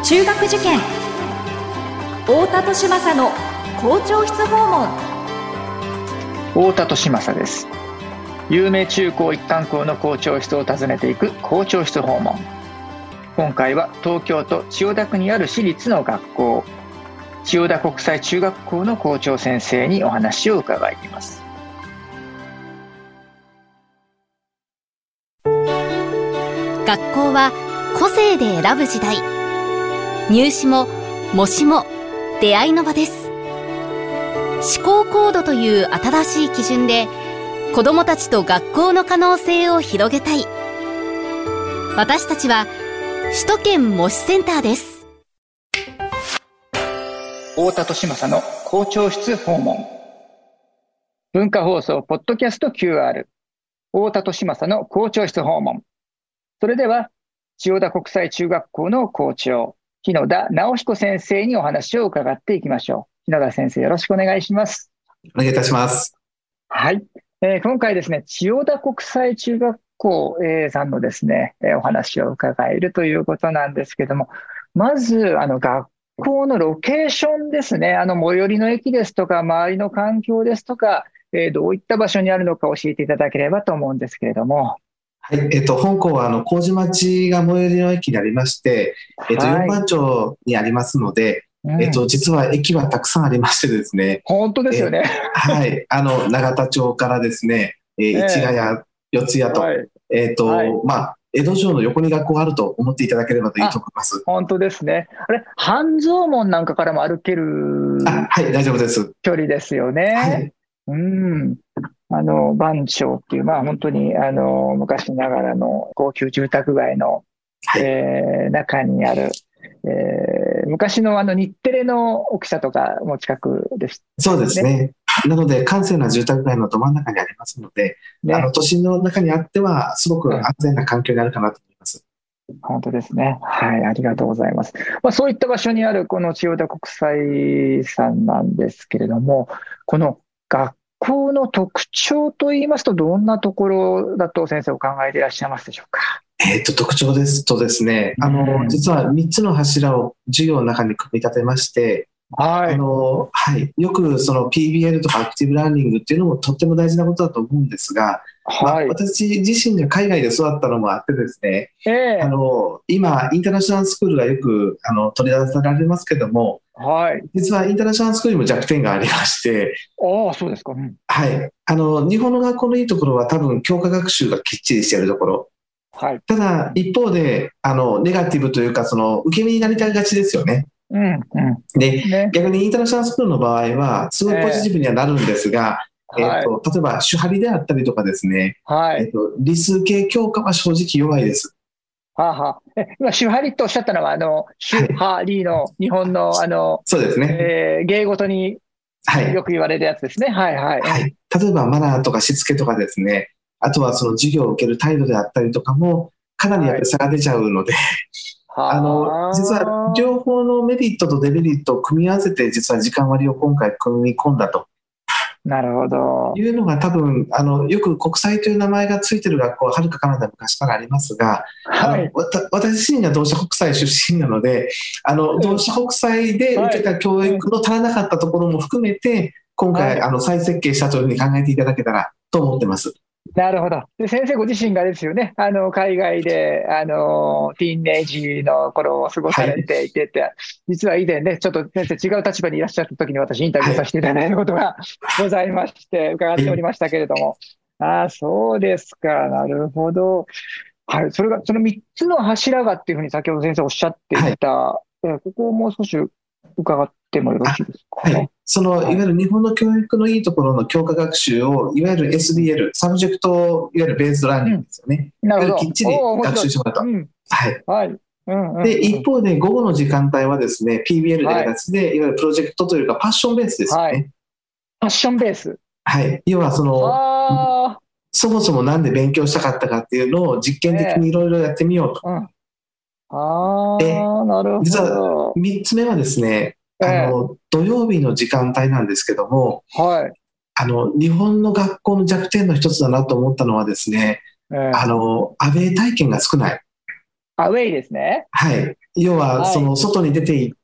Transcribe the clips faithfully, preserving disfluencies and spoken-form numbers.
中学受験、太田利政の校長室訪問。 太田利政です。有名中高一貫校の校長室を訪ねていく校長室訪問。今回は東京都千代田区にある私立の学校、千代田国際中学校の校長先生にお話を伺います。 学校は個性で選ぶ時代。入試も模試も出会いの場です。思考コードという新しい基準で子どもたちと学校の可能性を広げたい。私たちは首都圏模試センターです。 太田利政の校長室訪問。文化放送ポッドキャスト キューアール 太田利政の校長室訪問。それでは千代田国際中学校の校長、日野田直彦先生にお話を伺っていきましょう。日野田先生、よろしくお願いします。 お願いいたします。 はい、えー、今回ですね、千代田国際中学校、えー、さんのですね、えー、お話を伺えるということなんですけども、まずあの学校のロケーションですね。あの最寄りの駅ですとか周りの環境ですとか、えー、どういった場所にあるのか教えていただければと思うんですけれども。 はい、えっと、本校はあの麹町が最寄りの駅にありまして、えっと、よんばん町にありますので、うん、えっと、実は駅はたくさんありましてですね。 本当ですよね。 はい、あの永田町からですね、えー、市ヶ谷、四谷と、はい、えっと、はい、まあ江戸城の横に学校があると思っていただければといいと思います。 本当ですね。あれ、半蔵門なんかからも歩ける。 あ、はい、大丈夫です。 距離ですよね。はい、うん。あの番町っていう、まあ、本当にあの昔ながらの高級住宅街の、はい、えー、中にある、えー、昔のあの日テレの大きさとかも近くです、ね。 そうですね。なので閑静な住宅街のど真ん中にありますので、ね、あの都心の中にあってはすごく安全な環境になるかなと思います。 うん、本当ですね。はい、ありがとうございます。まあ、そういった場所にあるこの千代田国際さんなんですけれども、この学学校の特徴といいますと、どんなところだと先生お考えでいらっしゃいますでしょうか。 えー、と特徴ですとですね、あの、うん、実はみっつの柱を授業の中に組み立てまして、はい、あのはい、よくその ピービーエル とかアクティブラーニングっていうのもとっても大事なことだと思うんですが、はい、まあ、私自身が海外で育ったのもあってですね、えー、あの今インターナショナルスクールがよくあの取り出されますけども、はい、実はインターナショナルスクールにも弱点がありまして、 ああ、そうですか、うん、 はい、あの日本の学校のいいところは多分教科学習がきっちりしているところ、はい、ただ一方であのネガティブというかその受け身になりたがちですよね。うんうん、で、ね、逆にインターナショナルスクールの場合はすごいポジティブにはなるんですが、えーえーとはい、例えば手張りであったりとかですね、はい、えーと理数系教科は正直弱いです。 はあはあ、え今手張りとおっしゃったのはあの手張りの日本の、はい、あのそうですね、 えー、芸事によく言われるやつですね。はいはいはい、 例えばマナーとかしつけとかですね、あとはその授業を受ける態度であったりとかもかなりやっぱり差が出ちゃうので、はい、あの実は両方のメリットとデメリットを組み合わせて実は時間割を今回組み込んだと。 なるほど。 いうのが多分あのよく国際という名前がついている学校ははるか彼方昔からありますが、はい、あの私自身が同志社国際出身なので、あの同志社国際で受けた教育の足らなかったところも含めて今回、はい、あの再設計したというふうに考えていただけたらと思ってます。 なるほど。で先生ご自身がですよね、あの海外であのティーンエイジの頃を過ごされていてて、はい、実は以前ねちょっと先生違う立場にいらっしゃった時に私インタビューさせていただいたことがございまして伺っておりましたけれども、はい、ああそうですか、なるほど。はい、それがそのみっつの柱がっていうふうに先ほど先生おっしゃっていた、はい、えここをもう少し伺ってもよろしいですか。 はい、そのいわゆる日本の教育のいいところの教科学習をいわゆる エスディーエル サブジェクトいわゆるベースラーニングですよね、うん、なるほど、きっちり学習してもらった、うんはいはいうんうんうん、で一方で午後の時間帯はですね ピービーエル という形で、はい、いわゆるプロジェクトというかパッションベースですよね、はい、 パッションベース、 はい、要はそのそもそもなんで勉強したかったかっていうのを実験的にいろいろやってみようと、えーうん、 あーなるほど。 実はみっつめはですね、あの土曜日の時間帯なんですけども、はい、あの日本の学校の弱点の一つだなと思ったのはですね、えー、あのアウェー体験が少ない。 アウェイですね。 はい。 要はその外に出て行って、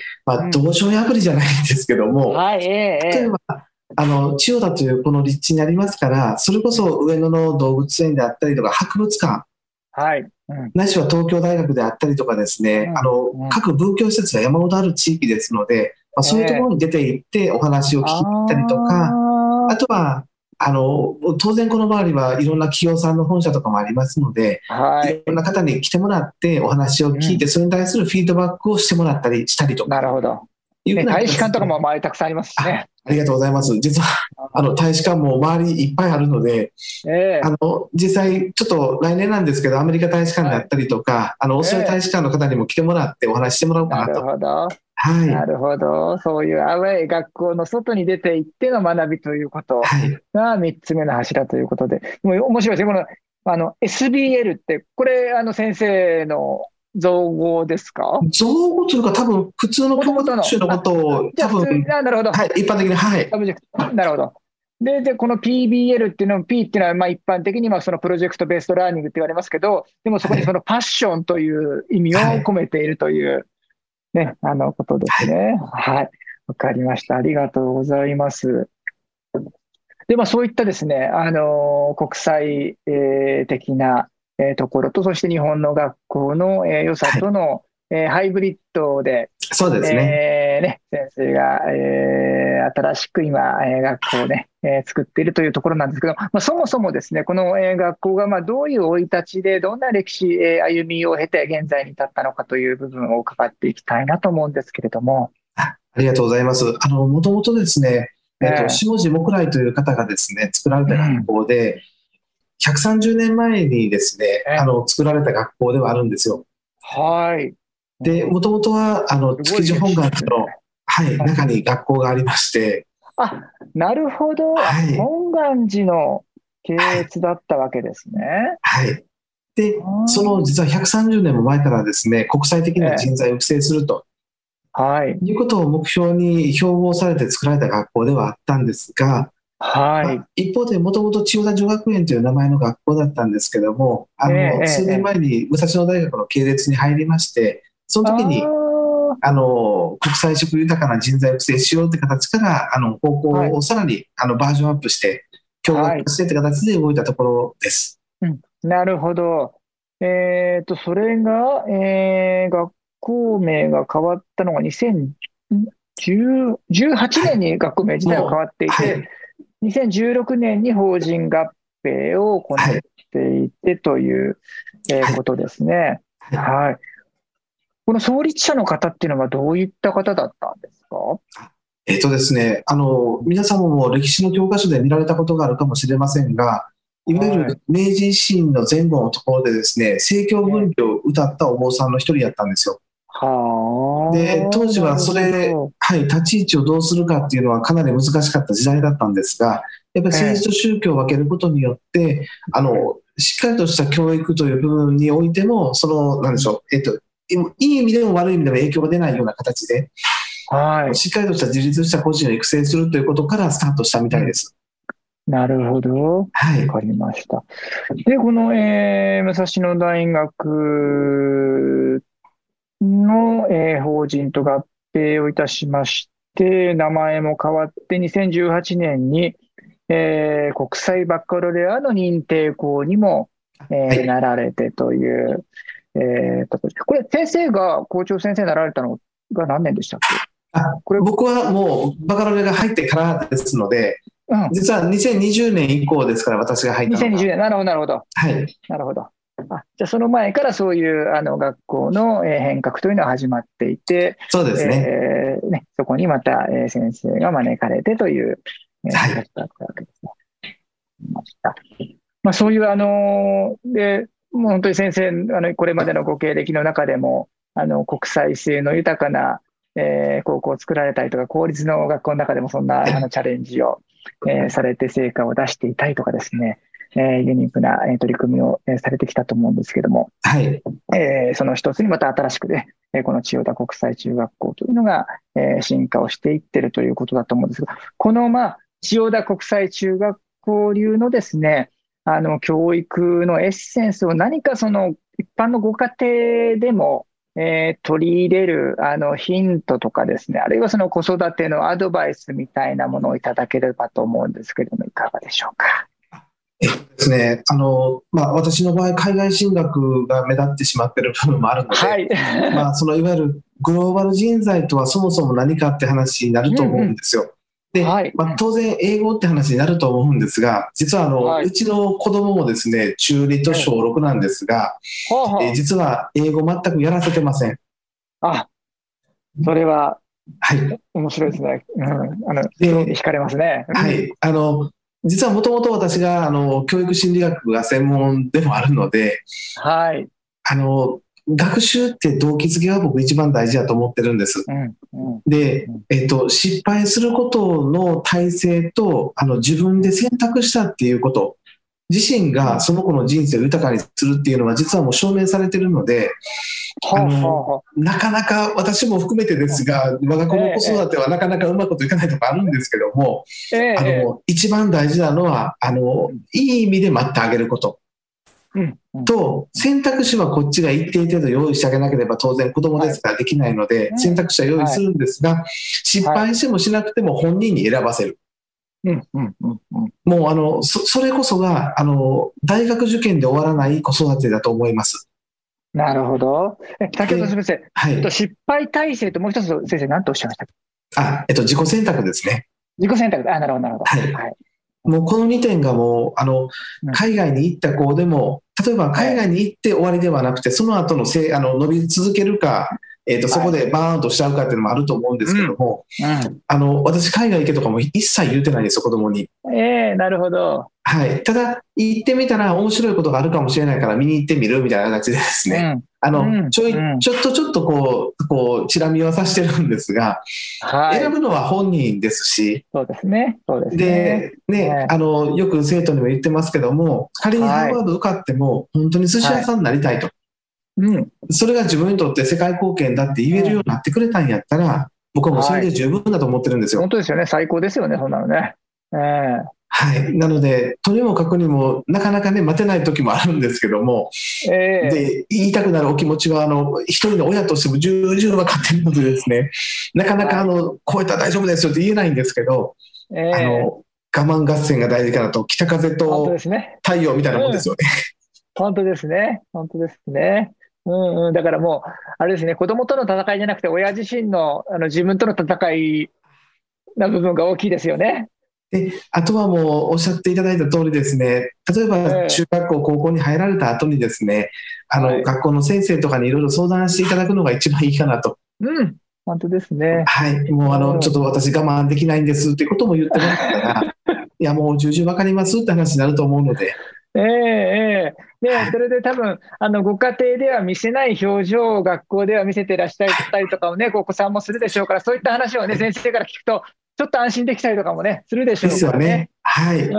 まあ、道場破りじゃないんですけども、 うん、はい、えー、 例えばあの千代田というこの立地にありますから、それこそ上野の動物園であったりとか博物館、 はい、うん、 ないしは東京大学であったりとかですね、うん、あの、うん、各文教施設が山ほどある地域ですので、まあ、そういうところに出て行ってお話を聞いたりとか、えー、あ, あとはあの当然この周りはいろんな企業さんの本社とかもありますので、はい、いろんな方に来てもらってお話を聞いて、うん、それに対するフィードバックをしてもらったりしたりとか。 なるほど。ね、大使館とかも周りたくさんありますしね。 あ, ありがとうございます。実はあの大使館も周りにいっぱいあるので、えー、あの実際ちょっと来年なんですけどアメリカ大使館であったりとか、はい、あのオーストラリア大使館の方にも来てもらってお話ししてもらおうかなと。 なるほど。 はい、 なるほど。そういうアウェイ、学校の外に出て行っての学びということがみっつめの柱ということで、もう面白いですね。このあの エスビーエル って、これあの先生の造語ですか？ 造語というか、多分普通の教科書のことを、多分なるほど、 はい、一般的に、はい。 なるほど。で、でこの ピービーエル っていうの、P っていうのはまあ一般的にまあそのプロジェクトベーストラーニングって言われますけど、でもそこにそのパッションという意味を込めているという、はいね、あのことですね。はい。わ、はい、かりました。ありがとうございます。で、まあそういったですね、あの、国際、えー、的な、えー、ところと、そして日本の学校の、えー、良さとの、はいえー、ハイブリッドで、 そうですね。 えー、ね、先生が、えー、新しく今、えー、学校をね、えー、作っているというところなんですけど、まあ、そもそもですね、この、えー、学校がまあどういう生い立ちで、どんな歴史、えー、歩みを経て現在に至ったのかという部分を伺っていきたいなと思うんですけれども。 ありがとうございます。あの、もともとですね、えっと、下地木来という方がですね、作られた学校で、うん、ひゃくさんじゅうねんまえにですね、あの、作られた学校ではあるんですよ。 はい。 で、もともとは、あの、築地本願寺の、はい、中に学校がありまして。 あ、なるほど。はい、本願寺の系列だったわけですね。 はい。はい、で、その実はひゃくさんじゅうねんも前からですね、国際的な人材を育成すると。はい。いうことを目標に標榜されて作られた学校ではあったんですが、はいまあ、一方でもともと千代田女学園という名前の学校だったんですけども、あの、えー、数年前に武蔵野大学の系列に入りまして、その時にあの国際色豊かな人材を育成しようという形からあの方向をさらに、はい、あのバージョンアップして教学してという形で動いたところです。 はいうん、なるほど。えー、とそれが、えー、学校名が変わったのがにせんじゅうはちねんに学校名自体は変わっていて、はいはいにせんじゅうろくねんに法人合併を行っていてという、はいえー、ことですね。はいはいはい、この創立者の方っていうのはどういった方だったんですか？ えっとですね、あの皆様も歴史の教科書で見られたことがあるかもしれませんが、いわゆる明治維新の前後のところでですね、政教分離を歌ったお坊さんの一人やったんですよ。はで当時はそれ、はい、立ち位置をどうするかっていうのはかなり難しかった時代だったんですが、やっぱり政治と宗教を分けることによって、あのしっかりとした教育という部分においても、そのなんでしょう、えっと、いい意味でも悪い意味でも影響が出ないような形で、はい、しっかりとした自立した個人を育成するということからスタートしたみたいです。 なるほど。はい。わかりました。で、この、えー、武蔵野大学の、えー、法人と合併をいたしまして、名前も変わってにせんじゅうはちねんに、えー、国際バカロレアの認定校にも、えーはい、なられてという、えー、とこれ先生が校長先生になられたのが何年でしたっけ？ あこれ僕はもうバカロレが入ってからですので、うん、実はにせんにじゅうねん以降ですから、私が入ったのが。 にせんにじゅうねん、なるほど、なるほど。はい。なるほど。あじゃあ、その前からそういうあの学校の変革というのは始まっていて、 そうですね。 えー、ねそこにまた先生が招かれてという形だったわけですね。はい、まあ、そういうあので、もう本当に先生、あのこれまでのご経歴の中でも、あの国際性の豊かな、えー、高校を作られたりとか、公立の学校の中でもそんなあのチャレンジを、えー、されて成果を出していたりとかですね、えー、ユニークな、えー、取り組みを、えー、されてきたと思うんですけども、はいえー、その一つにまた新しくね、この千代田国際中学校というのが、えー、進化をしていっているということだと思うんですが、この、まあ、千代田国際中学校流のですね、あの教育のエッセンスを何かその一般のご家庭でも、 えー、取り入れるあのヒントとかですね、あるいはその子育てのアドバイスみたいなものをいただければと思うんですけれども、いかがでしょうか。 えっとですね、あのまあ、私の場合、海外進学が目立ってしまっている部分もあるので、はいまあ、そのいわゆるグローバル人材とはそもそも何かって話になると思うんですよ。うんうんではいまあ、当然、英語って話になると思うんですが、実はあの、はい、うちの子供もですね、中にと小ろくなんですが、はいえー、実は英語全くやらせてません。 あ、それは、はい、面白いですね。うん、あの惹かれますね。 はい、あの実はもともと私があの教育心理学が専門でもあるので、はい、あの学習って動機づけが僕一番大事だと思ってるんです。うんうん、で、えっと、失敗することの体制とあの自分で選択したっていうこと自身がその子の人生を豊かにするっていうのは実はもう証明されてるので、あのなかなか私も含めてですが我が子の子育てはなかなかうまくいかないとかあるんですけども、えー、あの一番大事なのはあのいい意味で待ってあげること。うんうん、と選択肢はこっちが一定程度用意してあげなければ当然子供ですからできないので、はい、選択肢は用意するんですが、はい、失敗してもしなくても本人に選ばせる、うんうんうんうん、もうあの そ, それこそがあの大学受験で終わらない子育てだと思います。 なるほど。先ほどすみません、はい、失敗体制ともう一つ先生何とおっしゃいましたか。 あ、えっと、自己選択ですね。 自己選択。あ、なるほどなるほど。はいはい、 もうこのにてんがもうあの海外に行った子でも、例えば海外に行って終わりではなくて、その後のせあの伸び続けるか、えーと、そこでバーンとしちゃうかっていうのもあると思うんですけども、うんうん、あの私海外行けとかも一切言うてないんですよ、子供に。 えー、なるほど。 はい、ただ行ってみたら面白いことがあるかもしれないから見に行ってみるみたいな形でですね、うん、あの、うん、ちょい、うん、ちょっとちょっとこう、こうチラ見はさせてるんですが、はい、選ぶのは本人ですし、 そうですね、そうですね。 で、ね、はい、あのよく生徒にも言ってますけども、仮にハーバード受かっても本当に寿司屋さんになりたいと、はいうん、それが自分にとって世界貢献だって言えるようになってくれたんやったら、僕はもうそれで十分だと思ってるんですよ。 はい、本当ですよね、最高ですよね、そんなのね。えーはい、なので、とにもかくにもなかなかね待てない時もあるんですけども、えー、で言いたくなるお気持ちはあの一人の親としても重々分かっているのでですね、なかなかあの、はい、超えたら大丈夫ですよって言えないんですけど、えー、あの我慢合戦が大事かなと、北風と太陽みたいなもんですよね。 本当ですね、本当ですね。うんうん、だからもうあれですね、子供との戦いじゃなくて親自身の、あの自分との戦いな部分が大きいですよね。 であとはもうおっしゃっていただいた通りですね、例えば中学校、高校に入られた後にですね、あの、はい、学校の先生とかにいろいろ相談していただくのが一番いいかなと。 うん、本当ですね。 はい、もうあの、うん、ちょっと私我慢できないんですっていうことも言ってもらったら、いやもう重々わかりますって話になると思うので。 ええええ、で、はい、それで多分あのご家庭では見せない表情を学校では見せてらっしゃったりとかをね、お子さんもするでしょうから、そういった話をね、先生から聞くとちょっと安心できたりとかもね、するでしょうからね。ですよね。はい。うん。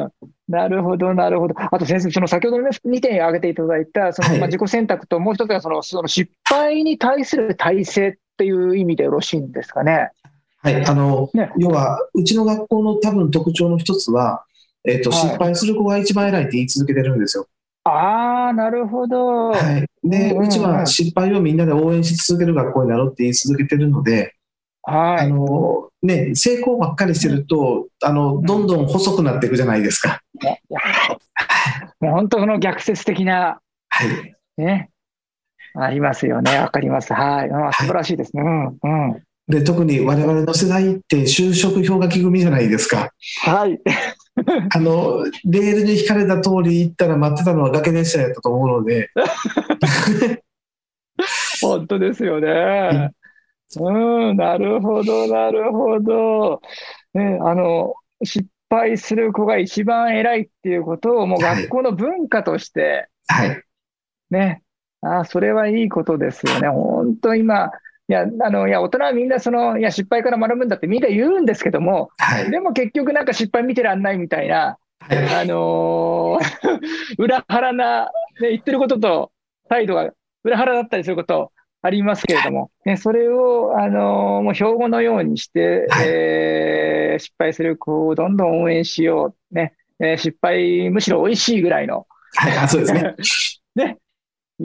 なるほど、なるほど。あと先生、その先ほどの、ね、にてん挙げていただいた、その、はい、まあ、自己選択と、もう一つがその、その失敗に対する体制っていう意味でよろしいんですかね。 はい。あの、ね、要は、うちの学校の多分特徴の一つは、えっと、はい、失敗する子が一番偉いって言い続けてるんですよ。 ああ、なるほど。 はい。で、うんうんうん、うちは失敗をみんなで応援し続ける学校になろうって言い続けてるので、はい、あのね、成功ばっかりしてると、あのどんどん細くなっていくじゃないですか。 いやいや本当の逆説的な、 はいね、ありますよね。わかります。はい、あ、素晴らしいですね。はい、うんうん、 で特に我々の世代って就職氷河期組じゃないですか。 はいあのレールに引かれた通り行ったら待ってたのは崖列車やったと思うので本当ですよね。うん、なるほど、なるほど。ね、あの、失敗する子が一番偉いっていうことを、もう学校の文化として、 はい。 ね、あ、それはいいことですよね。本当今、いや、あの、いや、大人はみんなその、いや、失敗から学ぶんだってみんな言うんですけども、はい、でも結局なんか失敗見てらんないみたいな、はい、あのー、裏腹な、ね、言ってることと態度が裏腹だったりすることありますけれども、ね、それを、あのー、もう標語のようにして、はい、えー、失敗する子をどんどん応援しよう、ね、えー、失敗むしろ美味しいぐらいの、 はい、そうですね。 ね、いう 、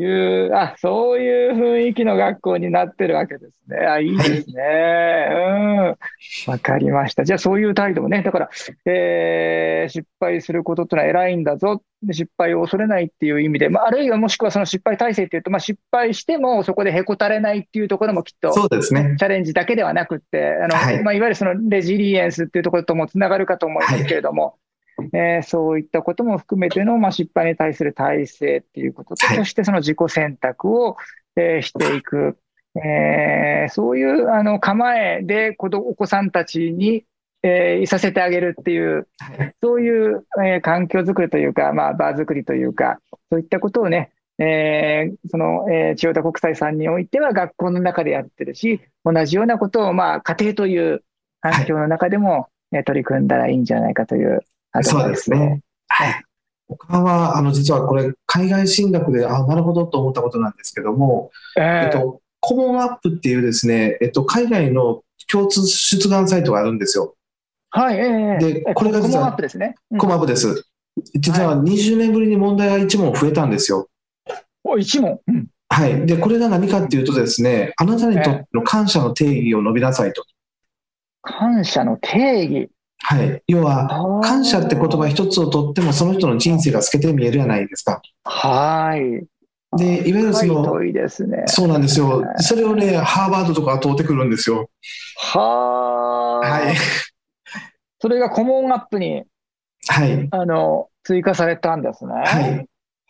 あ、そういう雰囲気の学校になってるわけですね。あ、いいですね。うん。わかりました。じゃあそういう態度もね、だから、えー失敗することってのは偉いんだぞ。失敗を恐れないっていう意味で、まあ、あるいはもしくはその失敗体制っていうと、まあ、失敗してもそこでへこたれないっていうところもきっと、 そうですね。 チャレンジだけではなくって、あの、 はいまあ、いわゆるそのレジリエンスっていうところともつながるかと思いますけれども、はいえー、そういったことも含めての、まあ、失敗に対する体制っていうことと、はい、そしてその自己選択を、えー、していく、えー、そういうあの構えで子どお子さんたちに、えー、いさせてあげるっていう、はい、そういう、えー、環境づくりというか、まあ、場づくりというか、そういったことをね、えー、その、えー、千代田国際さんにおいては学校の中でやってるし、同じようなことを、まあ、家庭という環境の中でも、ね、取り組んだらいいんじゃないかという。 そうですね。はい。他は、あの、実はこれ、海外進学で、あ、なるほどと思ったことなんですけども、えー、えっと、コモンアップっていうですね、えっと、海外の共通出願サイトがあるんですよ。 はい、えー、 で、これが実は、 コモンアップですね。 うん、コモンアップです。実はにじゅうねんぶりに問題がいち問増えたんですよ。 お、いち問、うん、 はい。で、これが何かっていうとですね、あなたにとっての感謝の定義を述べなさいと。 感謝の定義。 はい。要は、感謝って言葉一つをとっても、その人の人生が透けて見えるじゃないですか。 はい。 で、いわゆるその、 問いですね、 そうなんですよ。それをね、ハーバードとかが通ってくるんですよ。 はあ。 はい。 それがコモンアップに、 はい。 あの、追加されたんですね。 はい。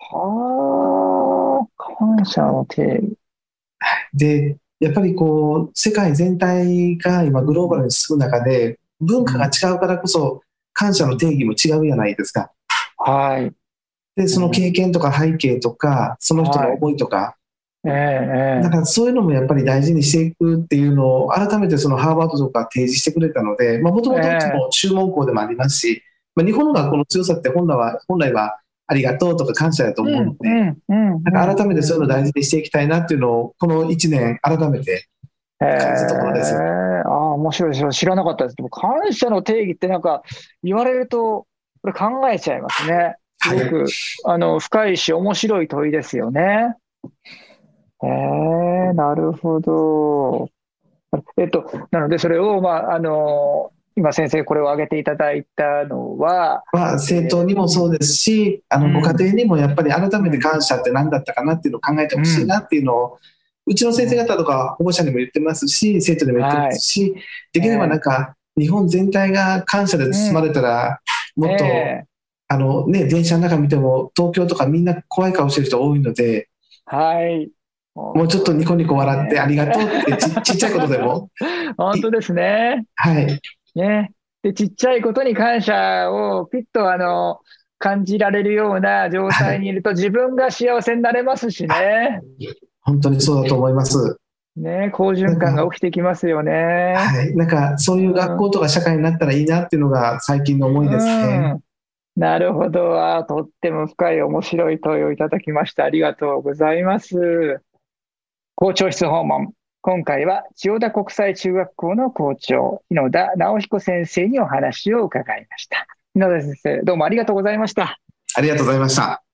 はあ。感謝の定義。 で、やっぱりこう、世界全体が今グローバルに進む中で、文化が違うからこそ感謝の定義も違うじゃないですか。 はい。 で、その経験とか背景とか、その人の思いとか、 はい、ええ、 だからそういうのもやっぱり大事にしていくっていうのを改めてそのハーバードとか提示してくれたので、もともといつも注文校でもありますし、まあ、日本の学校の強さって本来は、本来はありがとうとか感謝だと思うので、なんか改めてそういうのを大事にしていきたいなっていうのを、このいちねん改めて感じたところです。 えー、ああ、面白いですよ。知らなかったです。でも感謝の定義ってなんか言われると、これ考えちゃいますね。すごく、はい、あの深いし面白い問いですよね。えー、なるほど。えっと、なのでそれを、まあ、あの、今先生これを挙げていただいたのは、 まあ、政党にもそうですし、あのご家庭にもやっぱり改めて感謝って何だったかなっていうのを考えてほしいなっていうのを、うちの先生方とか保護者にも言ってますし、生徒にも言ってますし、はい、できればなんか日本全体が感謝で包まれたら、もっと、えー、あのね、電車の中見ても東京とかみんな怖い顔してる人多いので、 はい、 もうちょっとニコニコ笑ってありがとうってち, ちっちゃいことでも。 本当ですね。 はい。 ね。で、ちっちゃいことに感謝をピッとあの感じられるような状態にいると、はい、自分が幸せになれますしね。 本当にそうだと思います。 ね、好循環が起きてきますよね。 はい。なんかそういう学校とか社会になったらいいなっていうのが最近の思いですね。 うんなるほど。あ、とっても深い面白い問いをいただきました。ありがとうございます。校長室訪問。今回は千代田国際中学校の校長、日野田直彦先生にお話を伺いました。日野田先生、どうもありがとうございました。 ありがとうございました。